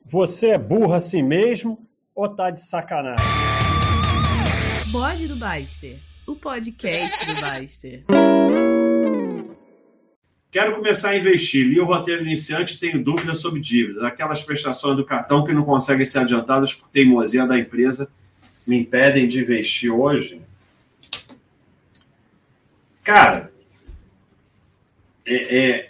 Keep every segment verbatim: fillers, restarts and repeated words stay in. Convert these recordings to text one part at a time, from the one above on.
Você é burro assim mesmo ou tá de sacanagem? Bode do Baster, o podcast do Baster. Quero começar a investir. Li o roteiro iniciante e tenho dúvidas sobre dívidas. Aquelas prestações do cartão que não conseguem ser adiantadas por teimosia da empresa me impedem de investir hoje. Cara, é, é,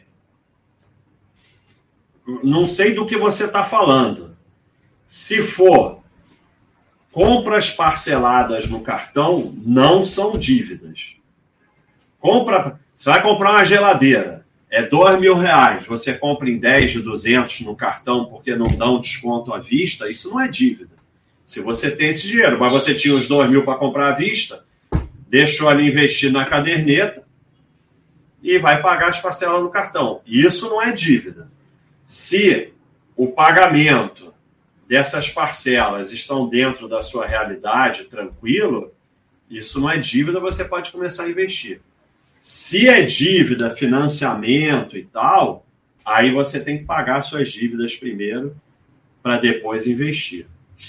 não sei do que você está falando. Se for compras parceladas no cartão, não são dívidas. Compra, você vai comprar uma geladeira. É dois mil reais, você compra em dez de duzentos no cartão porque não dão desconto à vista, isso não é dívida. Se você tem esse dinheiro, mas você tinha os dois mil para comprar à vista, deixou ali investir na caderneta e vai pagar as parcelas no cartão. Isso não é dívida. Se o pagamento dessas parcelas estão dentro da sua realidade, tranquilo, isso não é dívida, você pode começar a investir. Se é dívida, financiamento e tal, aí você tem que pagar suas dívidas primeiro para depois investir.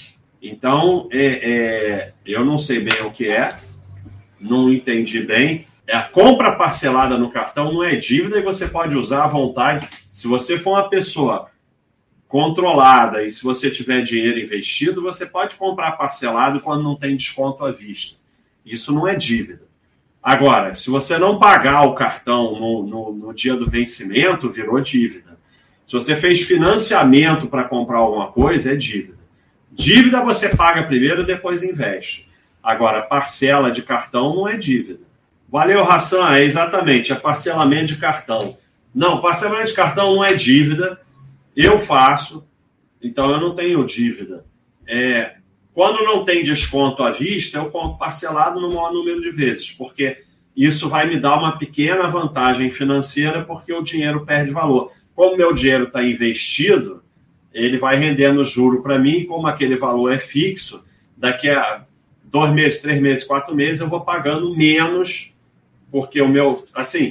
Então, é, é, eu não sei bem o que é, não entendi bem. A compra parcelada no cartão não é dívida e você pode usar à vontade. Se você for uma pessoa controlada e se você tiver dinheiro investido, você pode comprar parcelado quando não tem desconto à vista. Isso não é dívida. Agora, se você não pagar o cartão no, no, no dia do vencimento, virou dívida. Se você fez financiamento para comprar alguma coisa, é dívida. Dívida você paga primeiro e depois investe. Agora, parcela de cartão não é dívida. Valeu, Hassan, é exatamente, é parcelamento de cartão. Não, parcelamento de cartão não é dívida, eu faço, então eu não tenho dívida. É... Quando não tem desconto à vista, eu compro parcelado no maior número de vezes, porque isso vai me dar uma pequena vantagem financeira, porque o dinheiro perde valor. Como o meu dinheiro está investido, ele vai rendendo juro para mim, como aquele valor é fixo, daqui a dois meses, três meses, quatro meses, eu vou pagando menos, porque o meu, assim,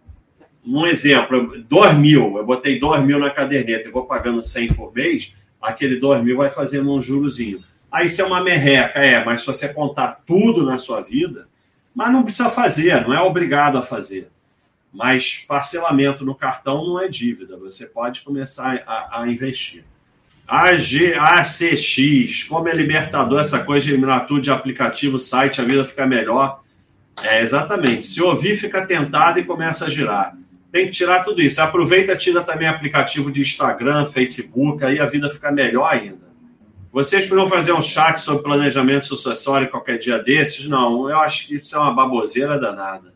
um exemplo, dois mil, eu botei dois mil na caderneta, eu vou pagando cem por mês, aquele dois mil vai fazendo um jurozinho. Aí isso é uma merreca, é, mas se você contar tudo na sua vida, mas não precisa fazer, não é obrigado a fazer. Mas parcelamento no cartão não é dívida, você pode começar a, a investir. A G A C X, como é libertador essa coisa de eliminar tudo de aplicativo, site, a vida fica melhor. É, exatamente. Se ouvir, fica tentado e começa a girar. Tem que tirar tudo isso. Aproveita e tira também aplicativo de Instagram, Facebook, aí a vida fica melhor ainda. Vocês poderiam fazer um chat sobre planejamento sucessório qualquer dia desses? Não, eu acho que isso é uma baboseira danada.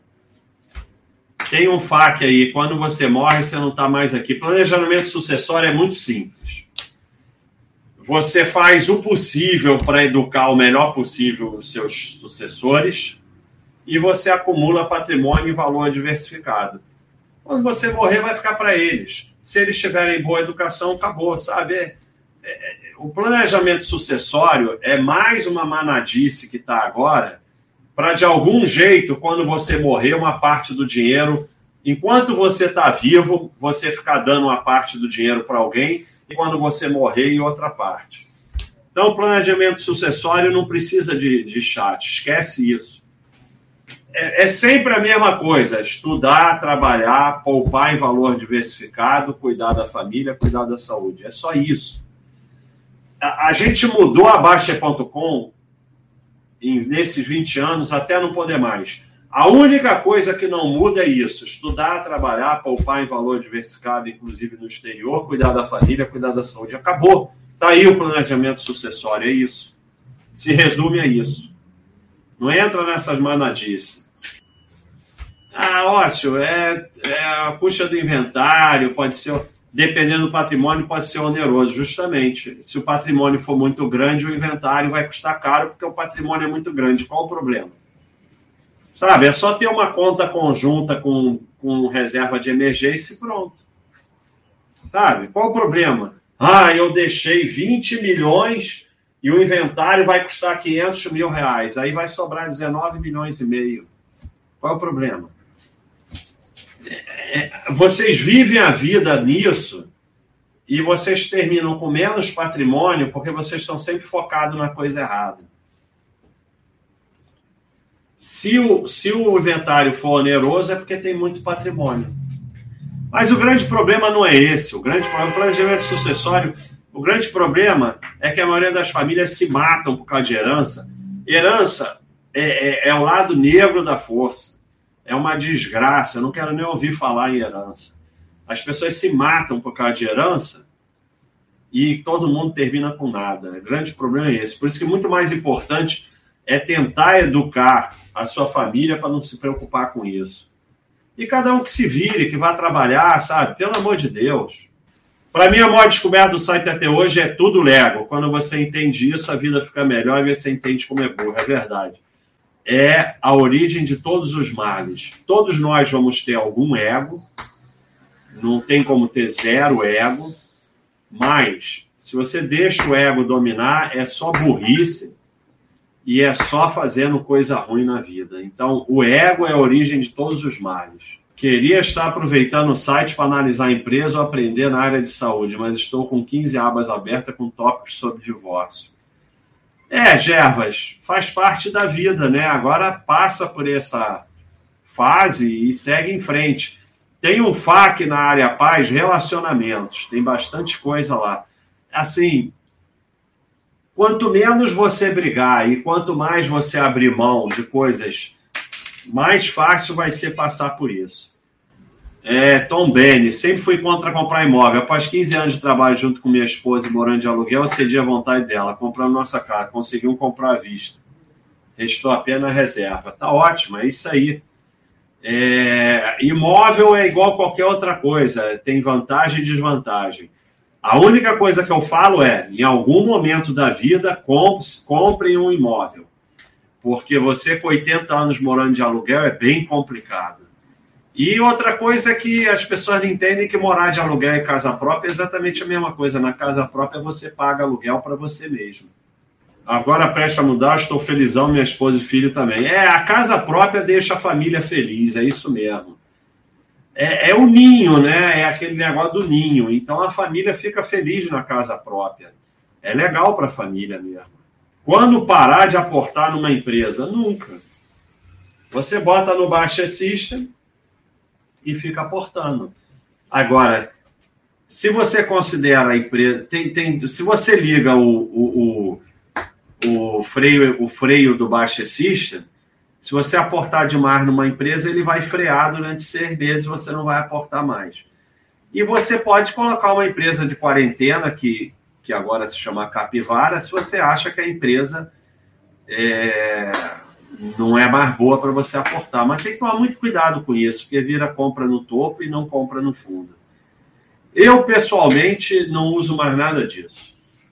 Tem um F A Q aí, quando você morre, você não está mais aqui. Planejamento sucessório é muito simples. Você faz o possível para educar o melhor possível os seus sucessores e você acumula patrimônio e valor diversificado. Quando você morrer, vai ficar para eles. Se eles tiverem boa educação, acabou, sabe? É, é, o planejamento sucessório é mais uma manadice que está agora para, de algum jeito, quando você morrer, uma parte do dinheiro, enquanto você está vivo, você ficar dando uma parte do dinheiro para alguém e quando você morrer, em outra parte. Então, o planejamento sucessório não precisa de, de chat, esquece isso. É, é sempre a mesma coisa, estudar, trabalhar, poupar em valor diversificado, cuidar da família, cuidar da saúde. É só isso. A gente mudou a Baixa ponto com nesses vinte anos até não poder mais. A única coisa que não muda é isso. Estudar, trabalhar, poupar em valor diversificado, inclusive no exterior, cuidar da família, cuidar da saúde. Acabou. Está aí o planejamento sucessório, é isso. Se resume a isso. Não entra nessas manadices. Ah, ócio, é, é a custa do inventário, pode ser... Dependendo do patrimônio, pode ser oneroso, justamente. Se o patrimônio for muito grande, o inventário vai custar caro, porque o patrimônio é muito grande. Qual o problema? Sabe, é só ter uma conta conjunta com, com reserva de emergência e pronto. Sabe, qual o problema? Ah, eu deixei vinte milhões e o inventário vai custar quinhentos mil reais. Aí vai sobrar dezenove milhões e meio. Qual é o problema? Vocês vivem a vida nisso e vocês terminam com menos patrimônio porque vocês estão sempre focados na coisa errada. Se o, se o inventário for oneroso, é porque tem muito patrimônio. Mas o grande problema não é esse. O grande problema, o planejamento sucessório, o grande problema é que a maioria das famílias se matam por causa de herança. Herança é, é, é o lado negro da força. É uma desgraça. Eu não quero nem ouvir falar em herança. As pessoas se matam por causa de herança e todo mundo termina com nada. O grande problema é esse. Por isso que muito mais importante é tentar educar a sua família para não se preocupar com isso. E cada um que se vire, que vá trabalhar, sabe? Pelo amor de Deus. Para mim, a maior descoberta do site até hoje é tudo Lego. Quando você entende isso, a vida fica melhor e você entende como é burro. É verdade. É a origem de todos os males. Todos nós vamos ter algum ego. Não tem como ter zero ego. Mas, se você deixa o ego dominar, é só burrice. E é só fazendo coisa ruim na vida. Então, o ego é a origem de todos os males. Queria estar aproveitando o site para analisar a empresa ou aprender na área de saúde, mas estou com quinze abas abertas com tópicos sobre divórcio. É, Gervas, faz parte da vida, né? Agora passa por essa fase e segue em frente. Tem um F A Q na área paz, relacionamentos. Tem bastante coisa lá. Assim... Quanto menos você brigar e quanto mais você abrir mão de coisas, mais fácil vai ser passar por isso. É, Tom Benny, sempre fui contra comprar imóvel. Após quinze anos de trabalho junto com minha esposa e morando de aluguel, eu cedi à vontade dela, comprando nossa casa, conseguimos comprar à vista. Restou apenas a reserva. Tá ótimo, é isso aí. É, imóvel é igual qualquer outra coisa, tem vantagem e desvantagem. A única coisa que eu falo é, em algum momento da vida, comprem um imóvel. Porque você com oitenta anos morando de aluguel é bem complicado. E outra coisa é que as pessoas não entendem que morar de aluguel e casa própria é exatamente a mesma coisa. Na casa própria você paga aluguel para você mesmo. Agora presta a mudar, estou felizão, minha esposa e filho também. É, a casa própria deixa a família feliz, é isso mesmo. É, é o ninho, né? É aquele negócio do ninho. Então a família fica feliz na casa própria. É legal para a família mesmo. Quando parar de aportar numa empresa? Nunca. Você bota no Baixa System e fica aportando. Agora, se você considera a empresa... Tem, tem, se você liga o, o, o, o, freio, o freio do Baixa System, se você aportar demais numa empresa, ele vai frear durante seis meses e você não vai aportar mais. E você pode colocar uma empresa de quarentena, que, que agora se chama Capivara, se você acha que a empresa é, não é mais boa para você aportar. Mas tem que tomar muito cuidado com isso, porque vira compra no topo e não compra no fundo. Eu, pessoalmente, não uso mais nada disso.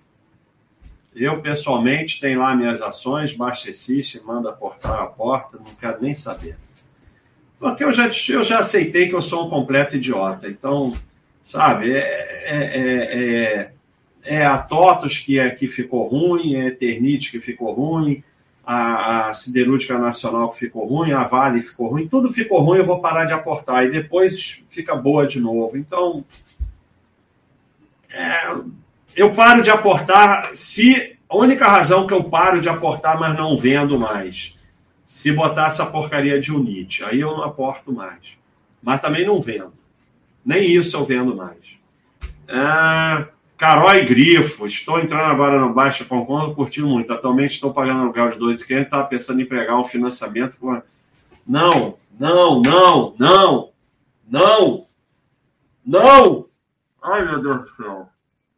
Eu, pessoalmente, tenho lá minhas ações, Baixa System, manda aportar a porta, não quero nem saber. Porque eu já, eu já aceitei que eu sou um completo idiota. Então, sabe, é, é, é, é a TOTUS que, é, que ficou ruim, é a Eternit que ficou ruim, a, a Siderúrgica Nacional que ficou ruim, a Vale ficou ruim, tudo ficou ruim, eu vou parar de aportar. E depois fica boa de novo. Então, é... eu paro de aportar se... A única razão que eu paro de aportar, mas não vendo mais, se botar essa porcaria de Unit, aí eu não aporto mais. Mas também não vendo. Nem isso eu vendo mais. Ah, Carol e Grifo. Estou entrando agora no Baixa Concon, curtindo muito. Atualmente estou pagando aluguel de dois mil e quinhentos, estava pensando em pegar um financiamento. Com... Não, não, não, não, não, não. Ai, meu Deus do céu.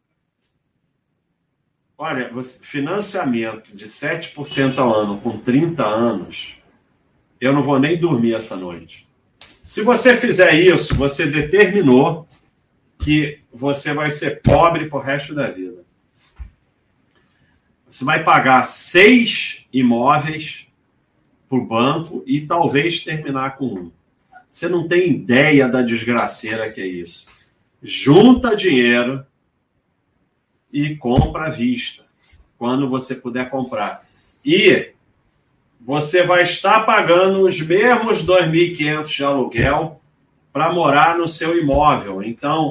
Olha, financiamento de sete por cento ao ano com trinta anos, eu não vou nem dormir essa noite. Se você fizer isso, você determinou que você vai ser pobre pro resto da vida. Você vai pagar seis imóveis pro banco e talvez terminar com um. Você não tem ideia da desgraceira que é isso. Junta dinheiro e compra à vista, quando você puder comprar. E você vai estar pagando os mesmos dois mil e quinhentos de aluguel para morar no seu imóvel. Então,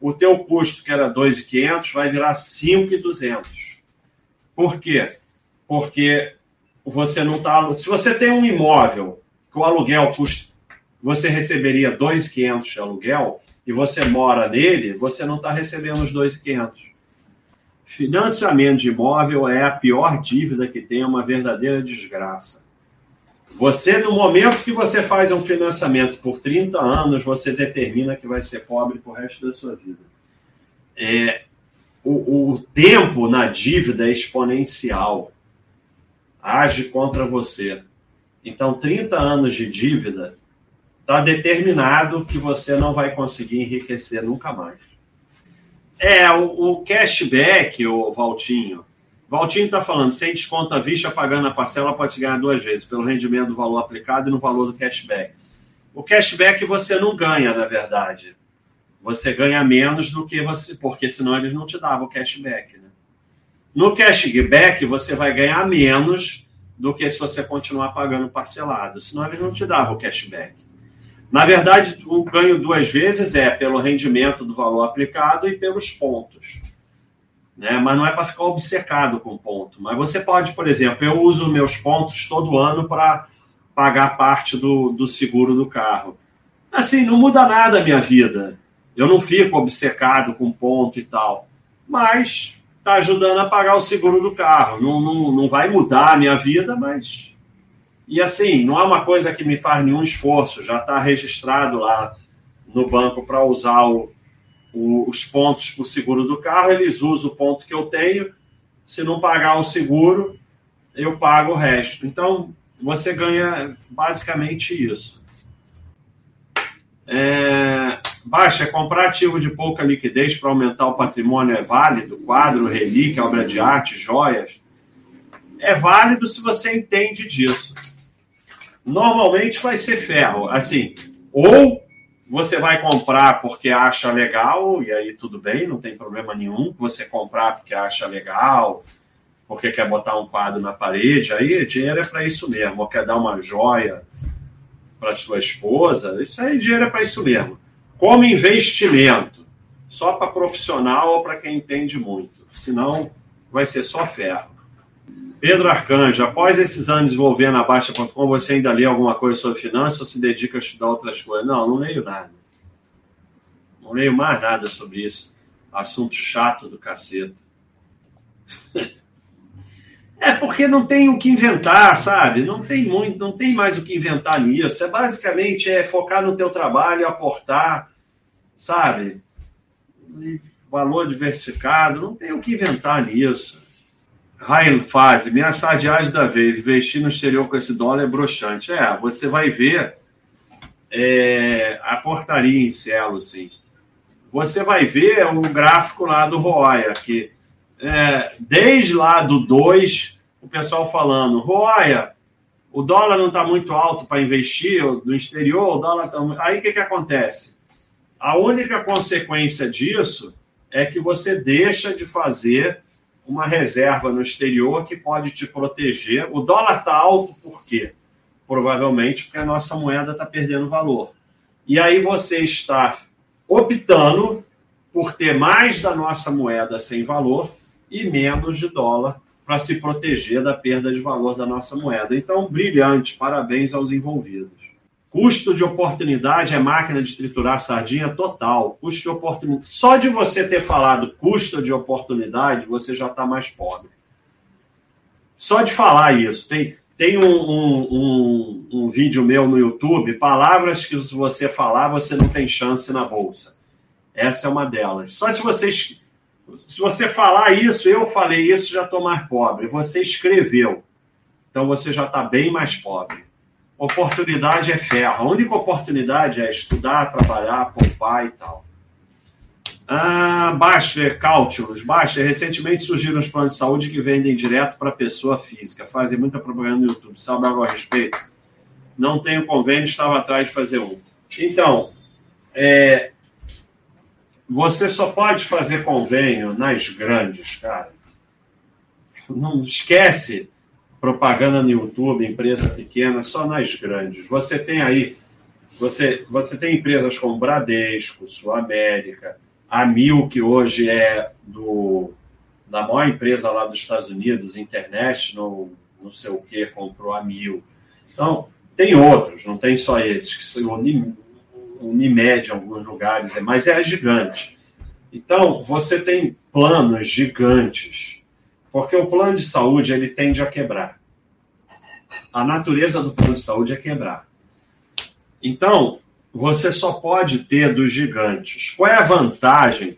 o teu custo, que era dois mil e quinhentos, vai virar cinco mil e duzentos. Por quê? Porque você não está... Se você tem um imóvel que o aluguel custa, você receberia dois mil e quinhentos de aluguel e você mora nele, você não está recebendo os dois mil e quinhentos. Financiamento de imóvel é a pior dívida que tem, é uma verdadeira desgraça. Você, no momento que você faz um financiamento por trinta anos, você determina que vai ser pobre pro resto da sua vida. É, o, o tempo na dívida é exponencial. Age contra você. Então, trinta anos de dívida, está determinado que você não vai conseguir enriquecer nunca mais. É, o, o cashback, o Valtinho. Valtinho está falando, sem desconto à vista, pagando a parcela, pode se ganhar duas vezes, pelo rendimento do valor aplicado e no valor do cashback. O cashback você não ganha, na verdade. Você ganha menos do que você... Porque senão eles não te davam o cashback, né? No cashback, você vai ganhar menos do que se você continuar pagando parcelado. Senão eles não te davam o cashback. Na verdade, o ganho duas vezes é pelo rendimento do valor aplicado e pelos pontos. Né? Mas não é para ficar obcecado com ponto. Mas você pode, por exemplo, eu uso meus pontos todo ano para pagar parte do, do seguro do carro. Assim, não muda nada a minha vida. Eu não fico obcecado com ponto e tal. Mas está ajudando a pagar o seguro do carro. Não, não, não vai mudar a minha vida, mas... E assim, não é uma coisa que me faz nenhum esforço. Já está registrado lá no banco para usar o, o, os pontos para o seguro do carro. Eles usam o ponto que eu tenho. Se não pagar o seguro, eu pago o resto. Então, você ganha basicamente isso. É, baixa, comprar ativo de pouca liquidez para aumentar o patrimônio é válido? Quadro, relíquia, obra de arte, joias? É válido se você entende disso. Normalmente vai ser ferro. Assim, ou você vai comprar porque acha legal, e aí tudo bem, não tem problema nenhum. Você comprar porque acha legal, porque quer botar um quadro na parede, aí dinheiro é para isso mesmo. Ou quer dar uma joia para sua esposa, isso aí dinheiro é para isso mesmo. Como investimento, só para profissional ou para quem entende muito. Senão vai ser só ferro. Pedro Arcanjo, após esses anos envolvendo a Baixa ponto com, você ainda lê alguma coisa sobre finanças ou se dedica a estudar outras coisas? Não, não leio nada. Não leio mais nada sobre isso. Assunto chato do cacete. É porque não tem o que inventar, sabe? Não tem muito, não tem mais o que inventar nisso. É basicamente é focar no teu trabalho, aportar, sabe? Valor diversificado, não tem o que inventar nisso. Rail Fase, minha sardiagem da vez, investir no exterior com esse dólar é broxante. É, você vai ver é, a portaria em Cielo, sim. Você vai ver um gráfico lá do Roya, que é, desde lá do dois, o pessoal falando, Roya, o dólar não está muito alto para investir no exterior, o dólar tá... Aí o que, que acontece? A única consequência disso é que você deixa de fazer uma reserva no exterior que pode te proteger. O dólar está alto por quê? Provavelmente porque a nossa moeda está perdendo valor. E aí você está optando por ter mais da nossa moeda sem valor e menos de dólar para se proteger da perda de valor da nossa moeda. Então, brilhante, parabéns aos envolvidos. Custo de oportunidade é máquina de triturar sardinha total. Custo de oportunidade. Só de você ter falado custo de oportunidade, você já está mais pobre. Só de falar isso. Tem, tem um, um, um, um vídeo meu no YouTube, palavras que se você falar, você não tem chance na bolsa. Essa é uma delas. Só se você, se você falar isso, eu falei isso, já estou mais pobre. Você escreveu. Então você já está bem mais pobre. Oportunidade é ferro. A única oportunidade é estudar, trabalhar, poupar e tal. Ah, Baster, cálculos. Baster, recentemente surgiram os planos de saúde que vendem direto para a pessoa física. Fazem muita propaganda no YouTube. Sabe algo a respeito? Não tenho convênio, estava atrás de fazer um. Então, é, você só pode fazer convênio nas grandes, cara. Não esquece propaganda no YouTube, empresa pequena, só nas grandes. Você tem aí, você, você tem empresas como Bradesco, Sul América, a Mil, que hoje é do, da maior empresa lá dos Estados Unidos, International, não sei o que, comprou a Mil. Então, tem outros, não tem só esses. O Unimed em alguns lugares, mas é gigante. Então, você tem planos gigantes, porque o plano de saúde ele tende a quebrar. A natureza do plano de saúde é quebrar. Então, você só pode ter dos gigantes. Qual é a vantagem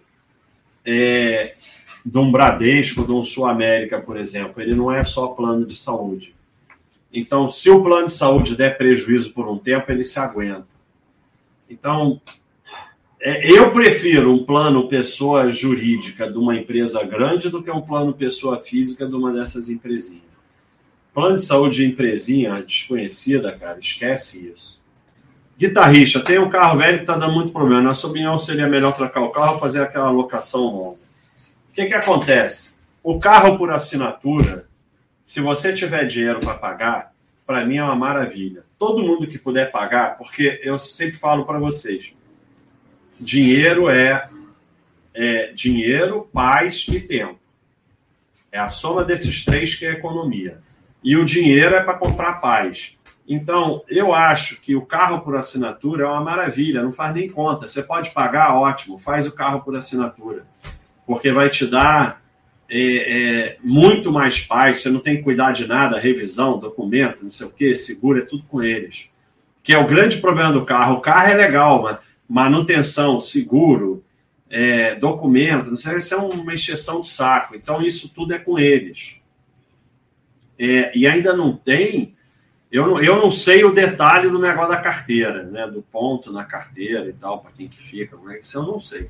é, de um Bradesco, de um Sul América, por exemplo? Ele não é só plano de saúde. Então, se o plano de saúde der prejuízo por um tempo, ele se aguenta. Então, é, eu prefiro um plano pessoa jurídica de uma empresa grande do que um plano pessoa física de uma dessas empresinhas. Plano de saúde de empresinha desconhecida, cara, esquece isso. Guitarrista, tem um carro velho que está dando muito problema. Na sua opinião, seria melhor trocar o carro ou fazer aquela locação longa? O que que acontece? O carro por assinatura, se você tiver dinheiro para pagar, para mim é uma maravilha. Todo mundo que puder pagar, porque eu sempre falo para vocês, dinheiro é, é dinheiro, paz e tempo. É a soma desses três que é a economia. E o dinheiro é para comprar paz. Então, eu acho que o carro por assinatura é uma maravilha, não faz nem conta. Você pode pagar, ótimo, faz o carro por assinatura. Porque vai te dar é, é, muito mais paz, você não tem que cuidar de nada, revisão, documento, não sei o quê, seguro, é tudo com eles. Que é o grande problema do carro. O carro é legal, mas manutenção, seguro, é, documento, não sei, isso é uma encheção de saco. Então, isso tudo é com eles. É, e ainda não tem... Eu não, eu não sei o detalhe do negócio da carteira, né? Do ponto na carteira e tal, para quem que fica, como é que isso eu não sei.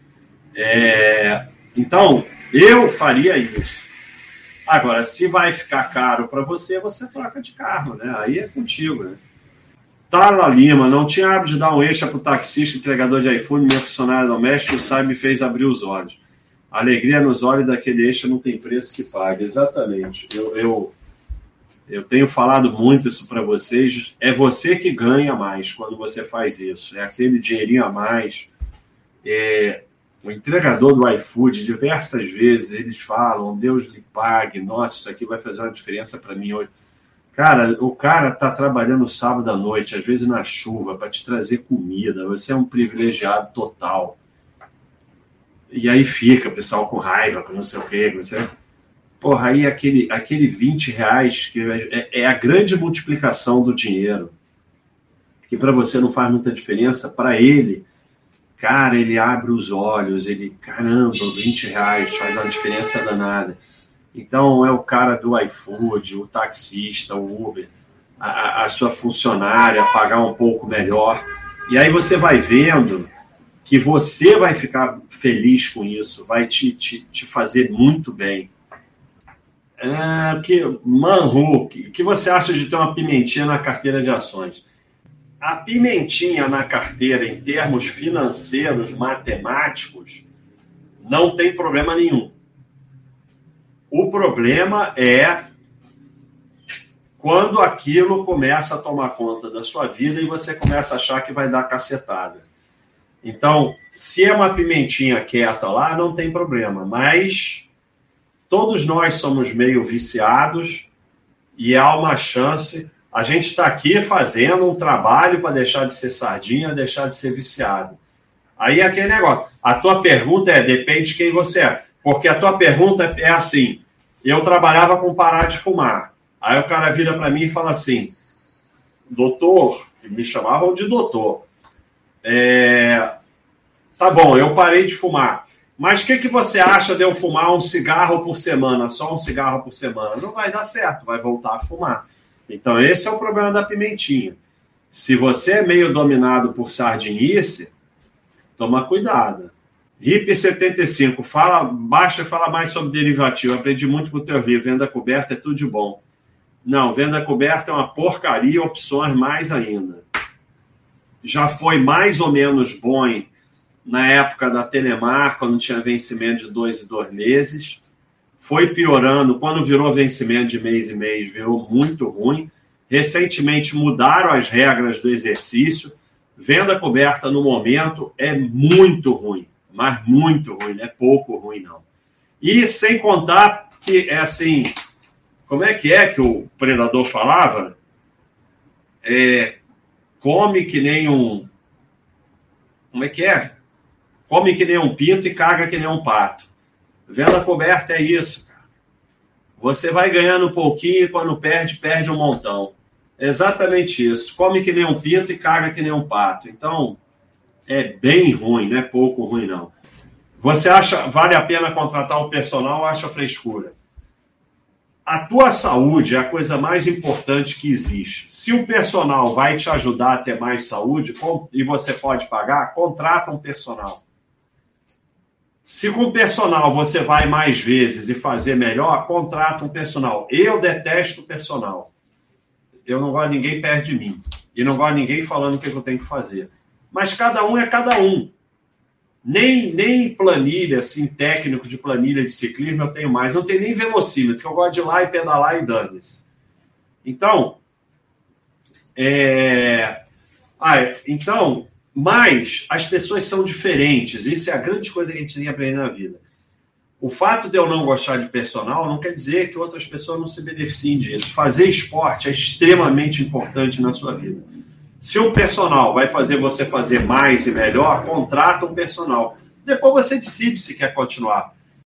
É, então, eu faria isso. Agora, se vai ficar caro para você, você troca de carro, né? Aí é contigo, né? Tala Lima, não tinha hábito de dar um extra para o taxista, entregador de iPhone, minha funcionária doméstica, o Sai me fez abrir os olhos. A alegria nos olhos daquele extra não tem preço que pague. Exatamente. Eu... eu Eu tenho falado muito isso para vocês. É você que ganha mais quando você faz isso. É aquele dinheirinho a mais. É, o entregador do iFood, diversas vezes, eles falam, Deus lhe pague, nossa, isso aqui vai fazer uma diferença para mim hoje. Cara, o cara está trabalhando sábado à noite, às vezes na chuva, para te trazer comida. Você é um privilegiado total. E aí fica o pessoal com raiva, com não sei o quê, não sei o quê. Porra, aí aquele, aquele vinte reais que é, é a grande multiplicação do dinheiro, que para você não faz muita diferença, para ele, cara, ele abre os olhos, ele, caramba, vinte reais faz uma diferença danada. Então é o cara do iFood, o taxista, o Uber, a, a sua funcionária pagar um pouco melhor. E aí você vai vendo que você vai ficar feliz com isso, vai te, te, te fazer muito bem. É, que, Manhu, o que, que você acha de ter uma pimentinha na carteira de ações? A pimentinha na carteira, em termos financeiros, matemáticos, não tem problema nenhum. O problema é quando aquilo começa a tomar conta da sua vida e você começa a achar que vai dar cacetada. Então, se é uma pimentinha quieta lá, não tem problema, mas... Todos nós somos meio viciados e há uma chance. A gente está aqui fazendo um trabalho para deixar de ser sardinha, deixar de ser viciado. Aí é aquele negócio. A tua pergunta é, depende de quem você é. Porque a tua pergunta é assim, eu trabalhava com parar de fumar. Aí o cara vira para mim e fala assim, doutor, que me chamavam de doutor, é, tá bom, eu parei de fumar. Mas o que, que você acha de eu fumar um cigarro por semana, só um cigarro por semana? Não vai dar certo, vai voltar a fumar. Então esse é o problema da pimentinha. Se você é meio dominado por sardinice, toma cuidado. R I P setenta e cinco, fala, baixa e fala mais sobre derivativo. Eu aprendi muito com o teu livro, venda coberta é tudo de bom. Não, venda coberta é uma porcaria, opções mais ainda. Já foi mais ou menos bom em na época da Telemar, quando tinha vencimento de dois e dois meses. Foi piorando. Quando virou vencimento de mês e mês, virou muito ruim. Recentemente mudaram as regras do exercício. Venda coberta, no momento, é muito ruim. mas muito ruim, não é pouco ruim, não. E sem contar que, é assim, como é que é que o Predador falava? É, come que nem um... Como é que é? Come que nem um pinto e caga que nem um pato. Venda coberta é isso, cara. Você vai ganhando um pouquinho e quando perde, perde um montão. É exatamente isso. Come que nem um pinto e caga que nem um pato. Então, é bem ruim, não é pouco ruim, não. Você acha, vale a pena contratar um personal ou acha frescura? A tua saúde é a coisa mais importante que existe. Se o personal vai te ajudar a ter mais saúde e você pode pagar, contrata um personal. Se com o personal você vai mais vezes e fazer melhor, contrata um personal. Eu detesto personal. Eu não gosto de ninguém perto de mim. E não gosto de ninguém falando o que eu tenho que fazer. Mas cada um é cada um. Nem, nem planilha, assim, técnico de planilha de ciclismo eu tenho mais. Eu não tenho nem velocímetro, que eu gosto de ir lá e pedalar e dane-se. Então, é... Ah, então, mas as pessoas são diferentes. Isso é a grande coisa que a gente tem que aprender na vida. O fato de eu não gostar de personal não quer dizer que outras pessoas não se beneficiem disso. Fazer esporte é extremamente importante na sua vida. Se um personal vai fazer você fazer mais e melhor, contrata um personal. Depois você decide se quer continuar.